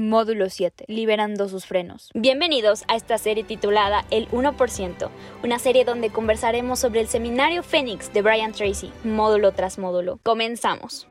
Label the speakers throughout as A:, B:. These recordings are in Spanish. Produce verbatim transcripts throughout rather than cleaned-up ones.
A: módulo siete, liberando sus frenos. Bienvenidos a esta serie titulada El uno por ciento, una serie donde conversaremos sobre el seminario Fénix de Brian Tracy, módulo tras módulo. Comenzamos.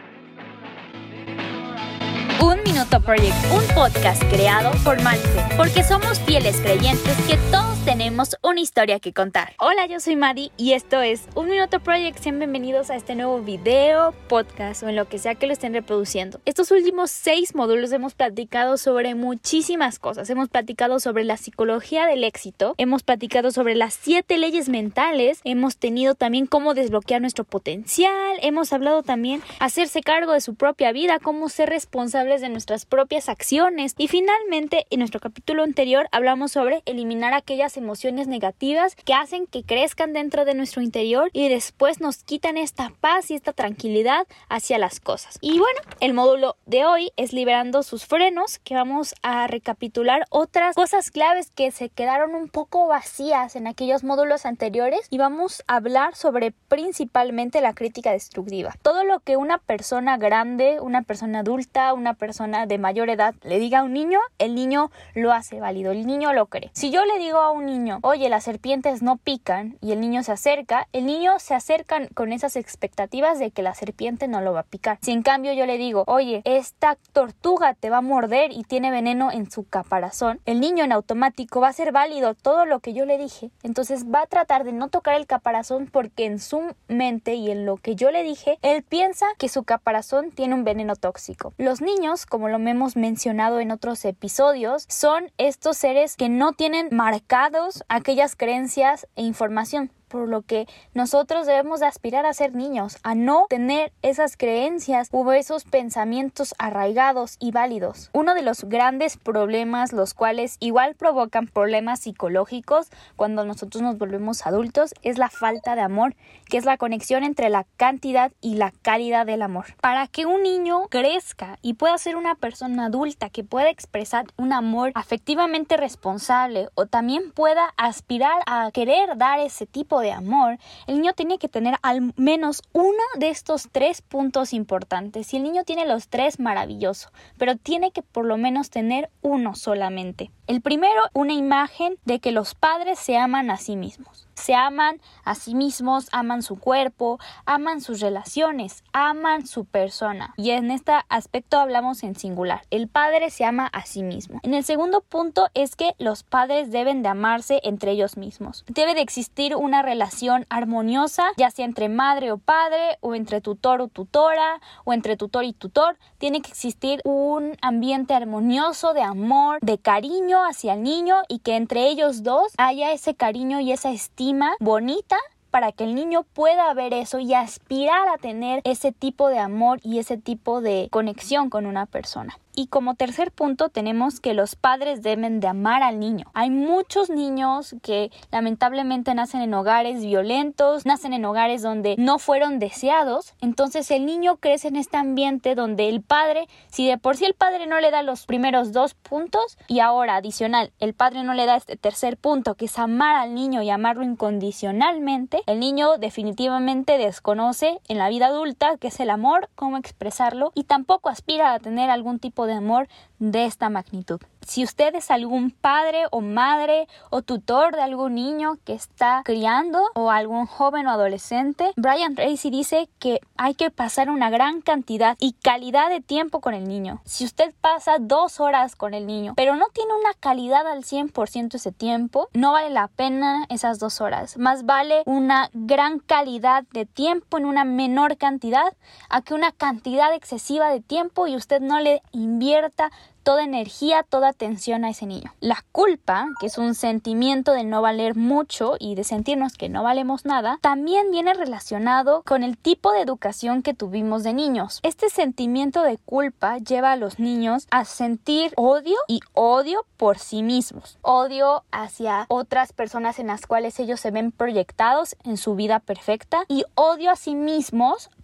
A: Un Minuto Project, un podcast creado por Malfe, porque somos fieles creyentes que todos tenemos una historia que contar. Hola, yo soy Madi y esto es Un Minuto Project. Sean bienvenidos a este nuevo video, podcast o en lo que sea que lo estén reproduciendo. Estos últimos seis módulos hemos platicado sobre muchísimas cosas. Hemos platicado sobre la psicología del éxito, hemos platicado sobre las siete leyes mentales, hemos tenido también cómo desbloquear nuestro potencial, hemos hablado también hacerse cargo de su propia vida, cómo ser responsable de nuestras propias acciones y finalmente en nuestro capítulo anterior hablamos sobre eliminar aquellas emociones negativas que hacen que crezcan dentro de nuestro interior y después nos quitan esta paz y esta tranquilidad hacia las cosas. Y bueno, el módulo de hoy es liberando sus frenos, que vamos a recapitular otras cosas claves que se quedaron un poco vacías en aquellos módulos anteriores y vamos a hablar sobre principalmente la crítica destructiva. Todo lo que una persona grande, una persona adulta, una persona de mayor edad le diga a un niño, el niño lo hace válido, el niño lo cree. Si yo le digo a un niño, oye, las serpientes no pican, y el niño se acerca, el niño se acerca con esas expectativas de que la serpiente no lo va a picar. Si en cambio yo le digo, oye, esta tortuga te va a morder y tiene veneno en su caparazón, el niño en automático va a hacer válido todo lo que yo le dije. Entonces va a tratar de no tocar el caparazón porque en su mente y en lo que yo le dije, él piensa que su caparazón tiene un veneno tóxico. Los niños, como lo hemos mencionado en otros episodios, son estos seres que no tienen marcados aquellas creencias e información, por lo que nosotros debemos de aspirar a ser niños, a no tener esas creencias o esos pensamientos arraigados y válidos. Uno de los grandes problemas, los cuales igual provocan problemas psicológicos cuando nosotros nos volvemos adultos, es la falta de amor, que es la conexión entre la cantidad y la calidad del amor. Para que un niño crezca y pueda ser una persona adulta que pueda expresar un amor afectivamente responsable o también pueda aspirar a querer dar ese tipo de de amor, el niño tiene que tener al menos uno de estos tres puntos importantes. Si el niño tiene los tres, maravilloso, pero tiene que por lo menos tener uno solamente. El primero, una imagen de que los padres se aman a sí mismos. Se aman a sí mismos, aman su cuerpo, aman sus relaciones, aman su persona. Y en este aspecto hablamos en singular. El padre se ama a sí mismo. En el segundo punto es que los padres deben de amarse entre ellos mismos. Debe de existir una relación armoniosa, ya sea entre madre o padre, o entre tutor o tutora, o entre tutor y tutor. Tiene que existir un ambiente armonioso de amor, de cariño hacia el niño y que entre ellos dos haya ese cariño y esa estima bonita para que el niño pueda ver eso y aspirar a tener ese tipo de amor y ese tipo de conexión con una persona. Y como tercer punto tenemos que los padres deben de amar al niño. Hay muchos niños que lamentablemente nacen en hogares violentos, nacen en hogares donde no fueron deseados. Entonces el niño crece en este ambiente donde el padre, si de por sí el padre no le da los primeros dos puntos y ahora adicional el padre no le da este tercer punto que es amar al niño y amarlo incondicionalmente, el niño definitivamente desconoce en la vida adulta qué es el amor, cómo expresarlo y tampoco aspira a tener algún tipo de amor de esta magnitud. Si usted es algún padre o madre o tutor de algún niño que está criando o algún joven o adolescente, Brian Tracy dice que hay que pasar una gran cantidad y calidad de tiempo con el niño. Si usted pasa dos horas con el niño, pero no tiene una calidad al cien por ciento ese tiempo, no vale la pena esas dos horas. Más vale una gran calidad de tiempo en una menor cantidad a que una cantidad excesiva de tiempo y usted no le invierta toda energía, toda atención a ese niño. La culpa, que es un sentimiento de no valer mucho y de sentirnos que no valemos nada, también viene relacionado con el tipo de educación que tuvimos de niños. Este sentimiento de culpa lleva a los niños a sentir odio y odio por sí mismos. Odio hacia otras personas en las cuales ellos se ven proyectados en su vida perfecta y odio a sí mismos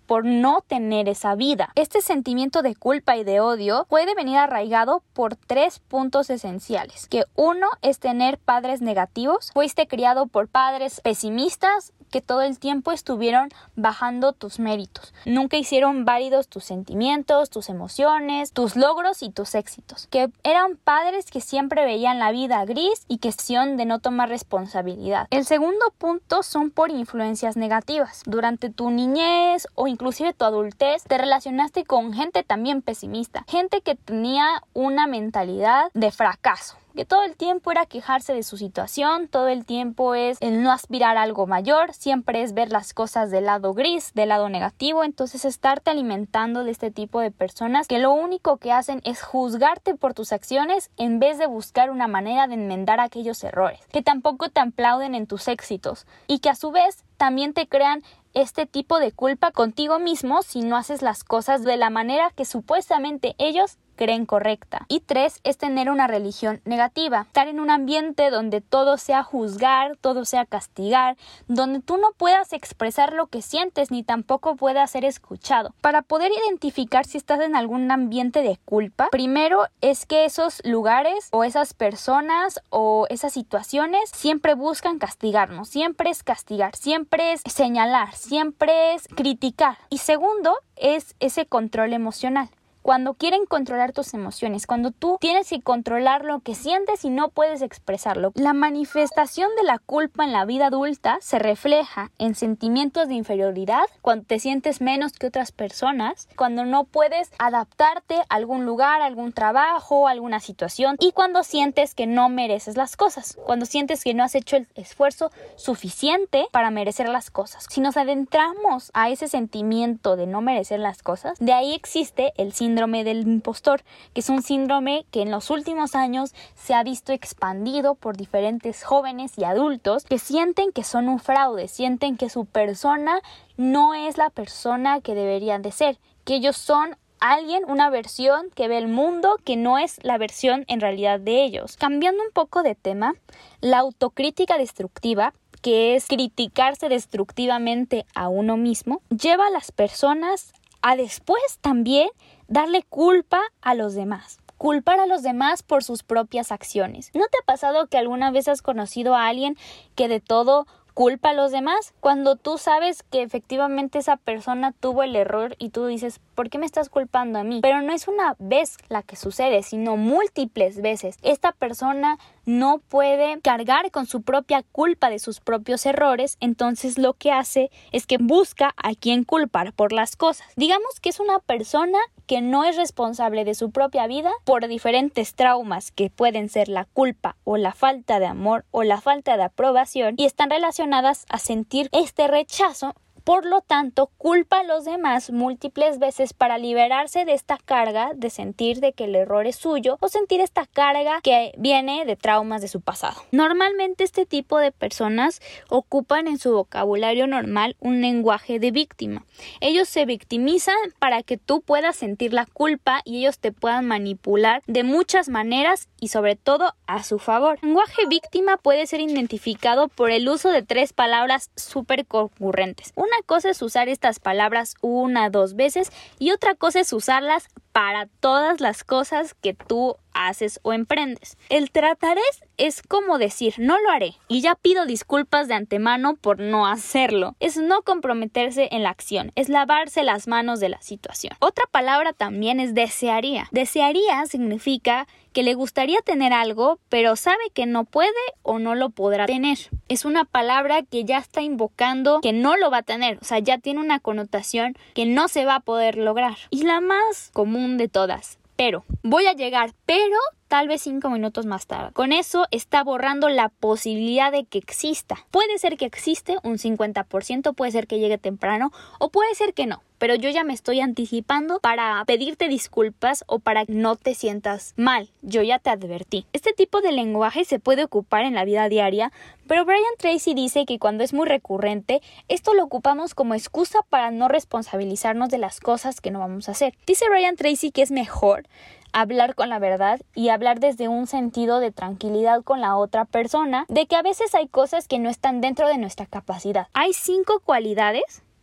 A: por no tener esa vida. Este sentimiento de culpa y de odio puede venir arraigado por tres puntos esenciales, que uno es tener padres negativos. Fuiste criado por padres pesimistas que todo el tiempo estuvieron bajando tus méritos. Nunca hicieron válidos tus sentimientos, tus emociones, tus logros y tus éxitos. Que eran padres que siempre veían la vida gris y que son de no tomar responsabilidad. El segundo punto son por influencias negativas. Durante tu niñez o inclusive tu adultez te relacionaste con gente también pesimista. Gente que tenía una mentalidad de fracaso, que todo el tiempo era quejarse de su situación, todo el tiempo es el no aspirar a algo mayor, siempre es ver las cosas del lado gris, del lado negativo. Entonces estarte alimentando de este tipo de personas que lo único que hacen es juzgarte por tus acciones en vez de buscar una manera de enmendar aquellos errores, que tampoco te aplauden en tus éxitos y que a su vez también te crean este tipo de culpa contigo mismo si no haces las cosas de la manera que supuestamente ellos creen correcta. Y tres, es tener una religión negativa. Estar en un ambiente donde todo sea juzgar, todo sea castigar, donde tú no puedas expresar lo que sientes ni tampoco puedas ser escuchado. Para poder identificar si estás en algún ambiente de culpa, primero es que esos lugares o esas personas o esas situaciones siempre buscan castigarnos, siempre es castigar, siempre es señalar, siempre es criticar. Y segundo, es ese control emocional. Cuando quieren controlar tus emociones, cuando tú tienes que controlar lo que sientes y no puedes expresarlo. La manifestación de la culpa en la vida adulta se refleja en sentimientos de inferioridad, cuando te sientes menos que otras personas, cuando no puedes adaptarte a algún lugar, a algún trabajo, a alguna situación, y cuando sientes que no mereces las cosas, cuando sientes que no has hecho el esfuerzo suficiente para merecer las cosas. Si nos adentramos a ese sentimiento de no merecer las cosas, de ahí existe el síndrome síndrome del impostor, que es un síndrome que en los últimos años se ha visto expandido por diferentes jóvenes y adultos que sienten que son un fraude, sienten que su persona no es la persona que deberían de ser, que ellos son alguien, una versión que ve el mundo que no es la versión en realidad de ellos. Cambiando un poco de tema, la autocrítica destructiva, que es criticarse destructivamente a uno mismo, lleva a las personas a después también darle culpa a los demás. Culpar a los demás por sus propias acciones. ¿No te ha pasado que alguna vez has conocido a alguien que de todo culpa a los demás? Cuando tú sabes que efectivamente esa persona tuvo el error y tú dices, ¿por qué me estás culpando a mí? Pero no es una vez la que sucede, sino múltiples veces. Esta persona no puede cargar con su propia culpa de sus propios errores, entonces lo que hace es que busca a quien culpar por las cosas. Digamos que es una persona que no es responsable de su propia vida por diferentes traumas que pueden ser la culpa o la falta de amor o la falta de aprobación y están relacionadas a sentir este rechazo. Por lo tanto, culpa a los demás múltiples veces para liberarse de esta carga de sentir de que el error es suyo o sentir esta carga que viene de traumas de su pasado. Normalmente este tipo de personas ocupan en su vocabulario normal un lenguaje de víctima. Ellos se victimizan para que tú puedas sentir la culpa y ellos te puedan manipular de muchas maneras y sobre todo a su favor. El lenguaje víctima puede ser identificado por el uso de tres palabras súper concurrentes. Una cosa es usar estas palabras una, dos veces y otra cosa es usarlas para todas las cosas que tú haces o emprendes. El trataré es como decir no lo haré y ya pido disculpas de antemano por no hacerlo. Es no comprometerse en la acción, es lavarse las manos de la situación. Otra palabra también es desearía. Desearía significa que le gustaría tener algo, pero sabe que no puede o no lo podrá tener. Es una palabra que ya está invocando que no lo va a tener, o sea, ya tiene una connotación que no se va a poder lograr. Y la más común de todas, pero. Voy a llegar, pero tal vez cinco minutos más tarde. Con eso está borrando la posibilidad de que exista. Puede ser que existe un cincuenta por ciento, puede ser que llegue temprano o puede ser que no. Pero yo ya me estoy anticipando para pedirte disculpas o para que no te sientas mal. Yo ya te advertí. Este tipo de lenguaje se puede ocupar en la vida diaria, pero Brian Tracy dice que cuando es muy recurrente, esto lo ocupamos como excusa para no responsabilizarnos de las cosas que no vamos a hacer. Dice Brian Tracy que es mejor hablar con la verdad y hablar desde un sentido de tranquilidad con la otra persona, de que a veces hay cosas que no están dentro de nuestra capacidad. Hay cinco cualidades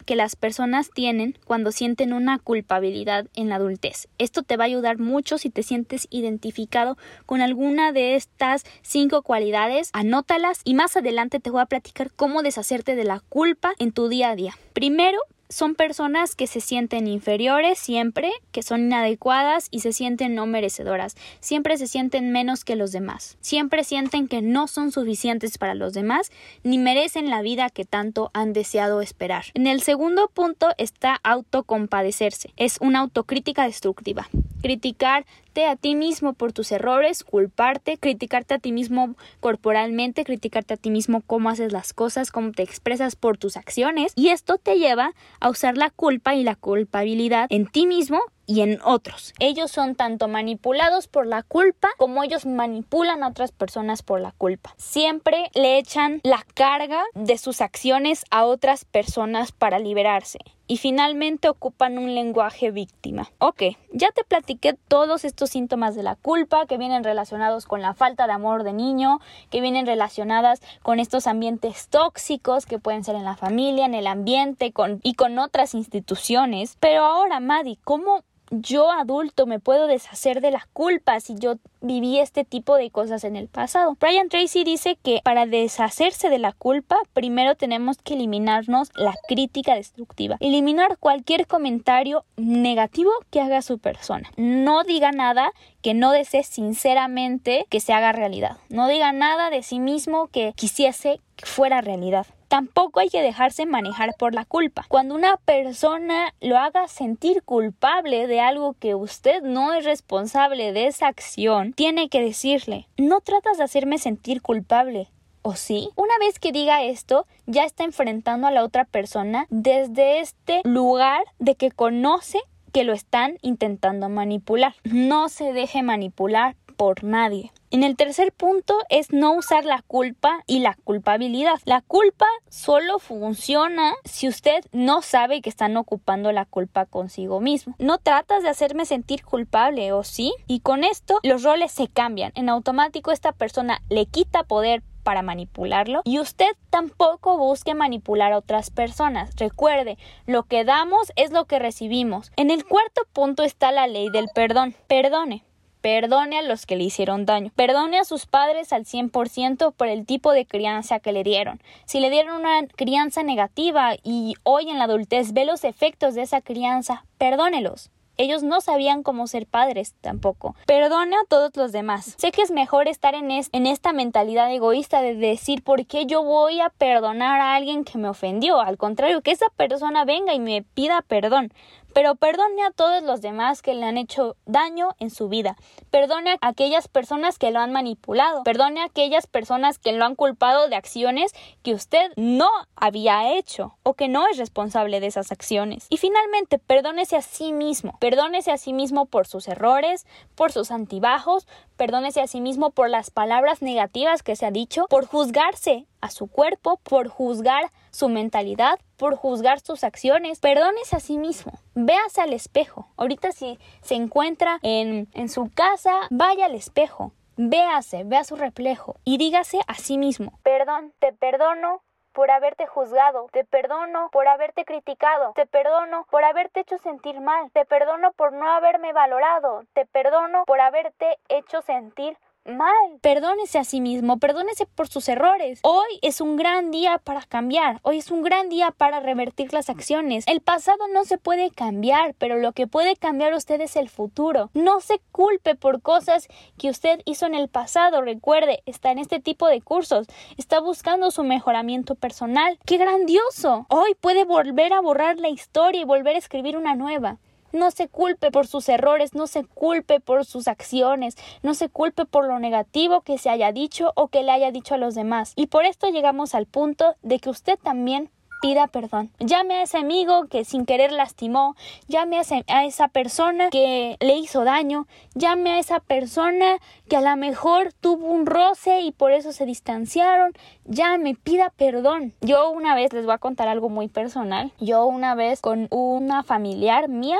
A: que las personas tienen cuando sienten una culpabilidad en la adultez. Esto te va a ayudar mucho si te sientes identificado con alguna de estas cinco cualidades. Anótalas y más adelante te voy a platicar cómo deshacerte de la culpa en tu día a día. Primero, son personas que se sienten inferiores siempre, que son inadecuadas y se sienten no merecedoras. Siempre se sienten menos que los demás. Siempre sienten que no son suficientes para los demás ni merecen la vida que tanto han deseado esperar. En el segundo punto está autocompadecerse. Es una autocrítica destructiva. Criticarte a ti mismo por tus errores, culparte, criticarte a ti mismo corporalmente, criticarte a ti mismo cómo haces las cosas, cómo te expresas por tus acciones, y esto te lleva a usar la culpa y la culpabilidad en ti mismo y en otros. Ellos son tanto manipulados por la culpa como ellos manipulan a otras personas por la culpa. Siempre le echan la carga de sus acciones a otras personas para liberarse. Y finalmente ocupan un lenguaje víctima. Ok, ya te platiqué todos estos síntomas de la culpa que vienen relacionados con la falta de amor de niño, que vienen relacionadas con estos ambientes tóxicos que pueden ser en la familia, en el ambiente con, y con otras instituciones. Pero ahora, Maddie, ¿cómo yo adulto me puedo deshacer de la culpa si yo viví este tipo de cosas en el pasado? Brian Tracy dice que para deshacerse de la culpa, primero tenemos que eliminarnos la crítica destructiva. Eliminar cualquier comentario negativo que haga su persona. No diga nada que no desee sinceramente que se haga realidad. No diga nada de sí mismo que quisiese que fuera realidad. Tampoco hay que dejarse manejar por la culpa. Cuando una persona lo haga sentir culpable de algo que usted no es responsable de esa acción, tiene que decirle: no tratas de hacerme sentir culpable, ¿o sí? Una vez que diga esto, ya está enfrentando a la otra persona desde este lugar de que conoce que lo están intentando manipular. No se deje manipular por nadie. En el tercer punto es no usar la culpa y la culpabilidad. La culpa solo funciona si usted no sabe que están ocupando la culpa consigo mismo. No tratas de hacerme sentir culpable, ¿o sí? Y con esto los roles se cambian. En automático esta persona le quita poder para manipularlo y usted tampoco busque manipular a otras personas. Recuerde, lo que damos es lo que recibimos. En el cuarto punto está la ley del perdón. Perdone. Perdone a los que le hicieron daño. Perdone a sus padres al cien por ciento por el tipo de crianza que le dieron. Si le dieron una crianza negativa y hoy en la adultez ve los efectos de esa crianza, perdónelos. Ellos no sabían cómo ser padres tampoco. Perdone a todos los demás. Sé que es mejor estar en, es, en esta mentalidad egoísta de decir ¿por qué yo voy a perdonar a alguien que me ofendió? Al contrario, que esa persona venga y me pida perdón. Pero perdone a todos los demás que le han hecho daño en su vida. Perdone a aquellas personas que lo han manipulado. Perdone a aquellas personas que lo han culpado de acciones que usted no había hecho o que no es responsable de esas acciones. Y finalmente, perdónese a sí mismo. Perdónese a sí mismo por sus errores, por sus altibajos. Perdónese a sí mismo por las palabras negativas que se ha dicho, por juzgarse a su cuerpo, por juzgar su mentalidad, por juzgar sus acciones. Perdónese a sí mismo. Véase al espejo. Ahorita si se encuentra en, en su casa, vaya al espejo. Véase, vea su reflejo y dígase a sí mismo: perdón, te perdono por haberte juzgado, te perdono por haberte criticado, te perdono por haberte hecho sentir mal, te perdono por no haberme valorado, te perdono por haberte hecho sentir mal. Perdónese a sí mismo, perdónese por sus errores. Hoy es un gran día para cambiar, hoy es un gran día para revertir las acciones. El pasado no se puede cambiar, pero lo que puede cambiar usted es el futuro. No se culpe por cosas que usted hizo en el pasado. Recuerde, está en este tipo de cursos, está buscando su mejoramiento personal. ¡Qué grandioso! Hoy puede volver a borrar la historia y volver a escribir una nueva. No se culpe por sus errores, no se culpe por sus acciones, no se culpe por lo negativo que se haya dicho o que le haya dicho a los demás. Y por esto llegamos al punto de que usted también pida perdón. Llame a ese amigo que sin querer lastimó, llame a, ese, a esa persona que le hizo daño, llame a esa persona que a lo mejor tuvo un roce y por eso se distanciaron. Llame, pida perdón. Yo una vez les voy a contar algo muy personal. Yo una vez con una familiar mía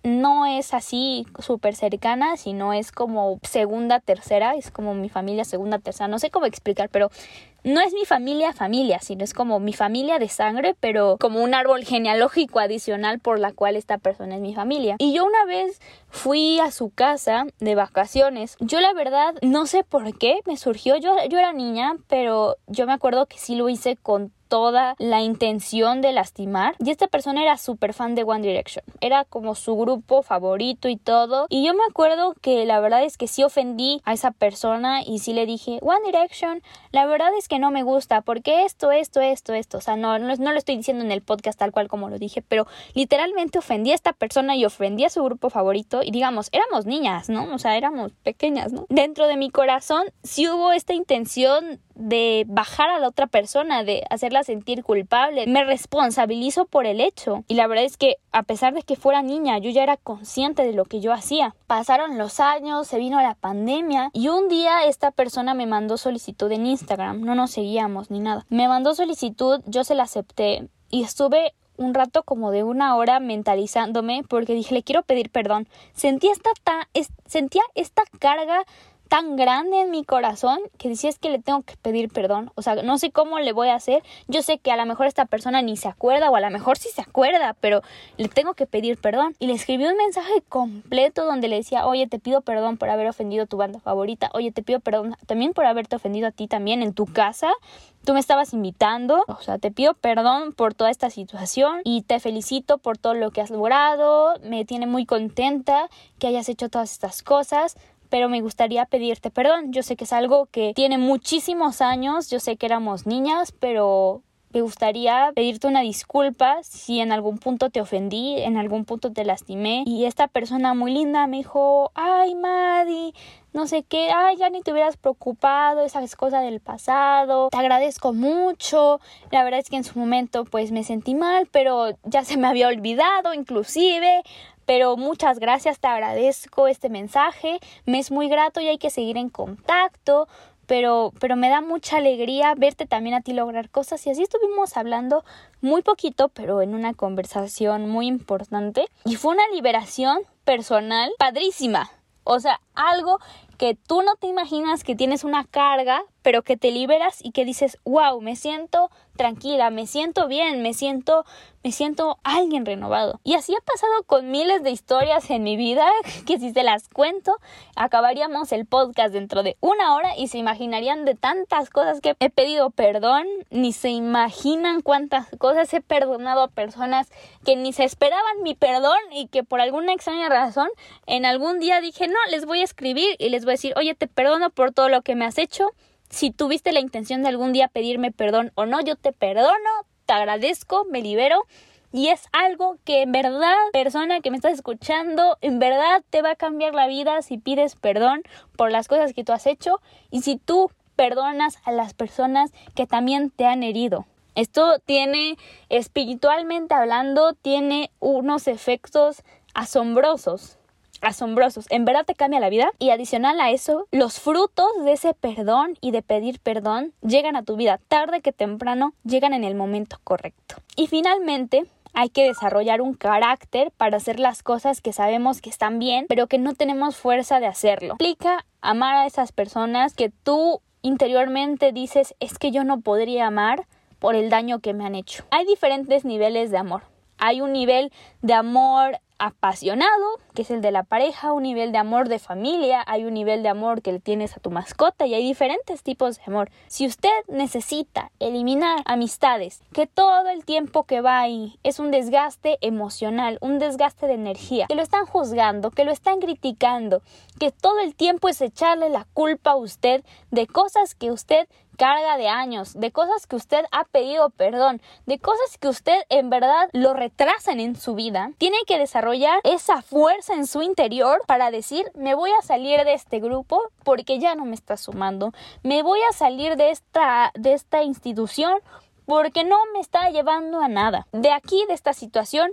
A: no es así súper cercana, sino es como segunda, tercera, es como mi familia segunda, tercera, no sé cómo explicar, pero no es mi familia familia, sino es como mi familia de sangre, pero como un árbol genealógico adicional por la cual esta persona es mi familia. Y yo una vez fui a su casa de vacaciones. Yo la verdad no sé por qué me surgió, yo, yo era niña, pero yo me acuerdo que sí lo hice con toda la intención de lastimar. Y esta persona era súper fan de One Direction. Era como su grupo favorito y todo. Y yo me acuerdo que la verdad es que sí ofendí a esa persona y sí le dije, One Direction, la verdad es que no me gusta porque esto, esto, esto, esto. O sea, no, no, no lo estoy diciendo en el podcast tal cual como lo dije, pero literalmente ofendí a esta persona y ofendí a su grupo favorito. Y digamos, éramos niñas, ¿no? O sea, éramos pequeñas, ¿no? Dentro de mi corazón sí hubo esta intención de bajar a la otra persona, de hacerla sentir culpable. Me responsabilizo por el hecho. Y la verdad es que a pesar de que fuera niña, yo ya era consciente de lo que yo hacía. Pasaron los años, se vino la pandemia y un día esta persona me mandó solicitud en Instagram. No nos seguíamos ni nada. Me mandó solicitud, yo se la acepté y estuve un rato como de una hora mentalizándome porque dije, le quiero pedir perdón. Sentía esta, ta, es, sentía esta carga tan grande en mi corazón que decía es que le tengo que pedir perdón. O sea, no sé cómo le voy a hacer. Yo sé que a lo mejor esta persona ni se acuerda o a lo mejor sí se acuerda, pero le tengo que pedir perdón. Y le escribí un mensaje completo donde le decía, oye, te pido perdón por haber ofendido a tu banda favorita. Oye, te pido perdón también por haberte ofendido a ti también en tu casa. Tú me estabas invitando. O sea, te pido perdón por toda esta situación y te felicito por todo lo que has logrado. Me tiene muy contenta que hayas hecho todas estas cosas, pero me gustaría pedirte perdón. Yo sé que es algo que tiene muchísimos años, yo sé que éramos niñas, pero me gustaría pedirte una disculpa si en algún punto te ofendí, en algún punto te lastimé. Y esta persona muy linda me dijo, ay, Madi, no sé qué, ay, ya ni te hubieras preocupado, esa es cosa del pasado, te agradezco mucho. La verdad es que en su momento pues me sentí mal, pero ya se me había olvidado inclusive. Pero muchas gracias, te agradezco este mensaje, me es muy grato y hay que seguir en contacto, pero, pero me da mucha alegría verte también a ti lograr cosas. Y así estuvimos hablando muy poquito, pero en una conversación muy importante. Y fue una liberación personal padrísima. O sea, algo que tú no te imaginas que tienes una carga, pero que te liberas y que dices, wow, me siento tranquila, me siento bien, me siento, me siento alguien renovado. Y así ha pasado con miles de historias en mi vida, que si se las cuento, acabaríamos el podcast dentro de una hora y se imaginarían de tantas cosas que he pedido perdón, ni se imaginan cuántas cosas he perdonado a personas que ni se esperaban mi perdón y que por alguna extraña razón en algún día dije, no, les voy a escribir y les voy a decir, oye, te perdono por todo lo que me has hecho. Si tuviste la intención de algún día pedirme perdón o no, yo te perdono, te agradezco, me libero. Y es algo que en verdad, persona que me estás escuchando, en verdad te va a cambiar la vida si pides perdón por las cosas que tú has hecho y si tú perdonas a las personas que también te han herido. Esto tiene, espiritualmente hablando, tiene unos efectos asombrosos. asombrosos, en verdad te cambia la vida. Y adicional a eso, los frutos de ese perdón y de pedir perdón llegan a tu vida, tarde que temprano llegan en el momento correcto. Y finalmente, hay que desarrollar un carácter para hacer las cosas que sabemos que están bien, pero que no tenemos fuerza de hacerlo. Implica amar a esas personas que tú interiormente dices, es que yo no podría amar por el daño que me han hecho. Hay diferentes niveles de amor. Hay un nivel de amor apasionado, que es el de la pareja, un nivel de amor de familia, hay un nivel de amor que le tienes a tu mascota y hay diferentes tipos de amor. Si usted necesita eliminar amistades, que todo el tiempo que va ahí es un desgaste emocional, un desgaste de energía, que lo están juzgando, que lo están criticando, que todo el tiempo es echarle la culpa a usted de cosas que usted carga de años, de cosas que usted ha pedido perdón, de cosas que usted en verdad lo retrasan en su vida, tiene que desarrollar esa fuerza en su interior para decir, me voy a salir de este grupo porque ya no me está sumando, me voy a salir de esta, de esta institución porque no me está llevando a nada. De aquí, de esta situación,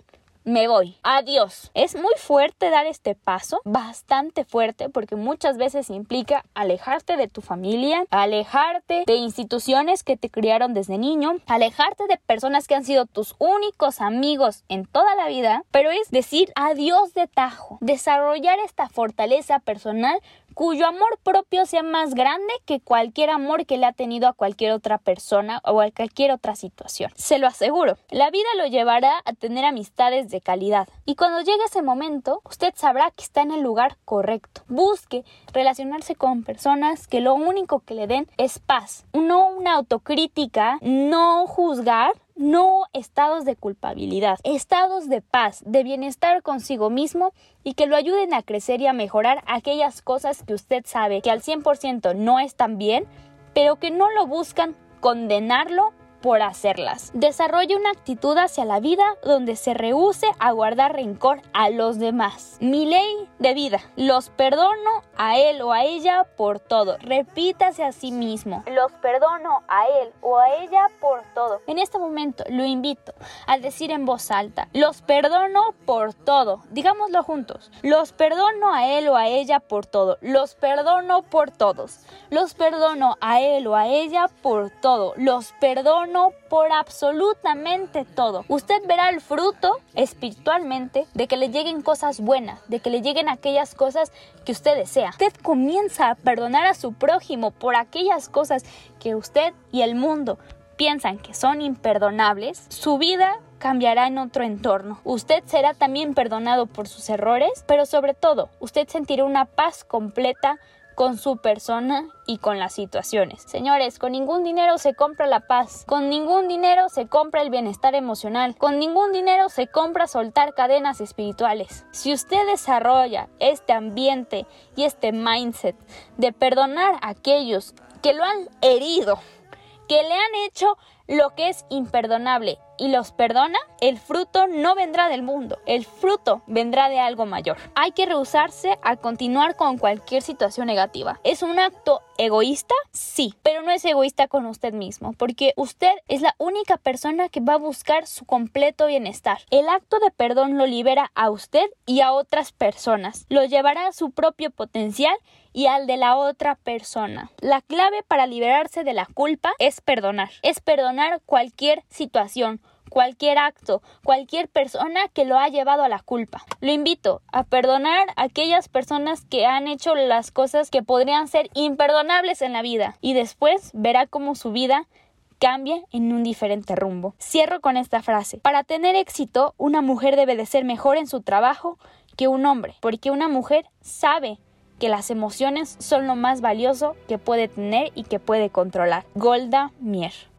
A: me voy, adiós. Es muy fuerte dar este paso, bastante fuerte, porque muchas veces implica alejarte de tu familia, alejarte de instituciones que te criaron desde niño, alejarte de personas que han sido tus únicos amigos en toda la vida, pero es decir adiós de tajo, desarrollar esta fortaleza personal cuyo amor propio sea más grande que cualquier amor que le ha tenido a cualquier otra persona o a cualquier otra situación. Se lo aseguro, la vida lo llevará a tener amistades de calidad y cuando llegue ese momento, usted sabrá que está en el lugar correcto. Busque relacionarse con personas que lo único que le den es paz, no una autocrítica, no juzgar, no estados de culpabilidad, estados de paz, de bienestar consigo mismo y que lo ayuden a crecer y a mejorar aquellas cosas que usted sabe que al cien por ciento no están bien, pero que no lo buscan condenarlo por hacerlas. Desarrolle una actitud hacia la vida donde se rehúse a guardar rencor a los demás. Mi ley de vida: los perdono a él o a ella por todo. Repítase a sí mismo: los perdono a él o a ella por todo. En este momento lo invito a decir en voz alta: los perdono por todo. Digámoslo juntos: los perdono a él o a ella por todo. Los perdono por todos. Los perdono a él o a ella por todo. Los perdono por absolutamente todo. Usted verá el fruto espiritualmente de que le lleguen cosas buenas, de que le lleguen aquellas cosas que usted desea. Usted comienza a perdonar a su prójimo por aquellas cosas que usted y el mundo piensan que son imperdonables. Su vida cambiará en otro entorno. Usted será también perdonado por sus errores, pero sobre todo, usted sentirá una paz completa con su persona y con las situaciones. Señores, con ningún dinero se compra la paz, con ningún dinero se compra el bienestar emocional, con ningún dinero se compra soltar cadenas espirituales. Si usted desarrolla este ambiente y este mindset de perdonar a aquellos que lo han herido, que le han hecho lo que es imperdonable y los perdona, el fruto no vendrá del mundo, el fruto vendrá de algo mayor. Hay que rehusarse a continuar con cualquier situación negativa. ¿Es un acto egoísta? Sí, pero no es egoísta con usted mismo, porque usted es la única persona que va a buscar su completo bienestar. El acto de perdón lo libera a usted y a otras personas, lo llevará a su propio potencial y al de la otra persona. La clave para liberarse de la culpa es perdonar, es perdonar cualquier situación, cualquier acto, cualquier persona que lo ha llevado a la culpa. Lo invito a perdonar a aquellas personas que han hecho las cosas que podrían ser imperdonables en la vida y después verá cómo su vida cambia en un diferente rumbo. Cierro con esta frase: para tener éxito, una mujer debe de ser mejor en su trabajo que un hombre, porque una mujer sabe que las emociones son lo más valioso que puede tener y que puede controlar. Golda Meir.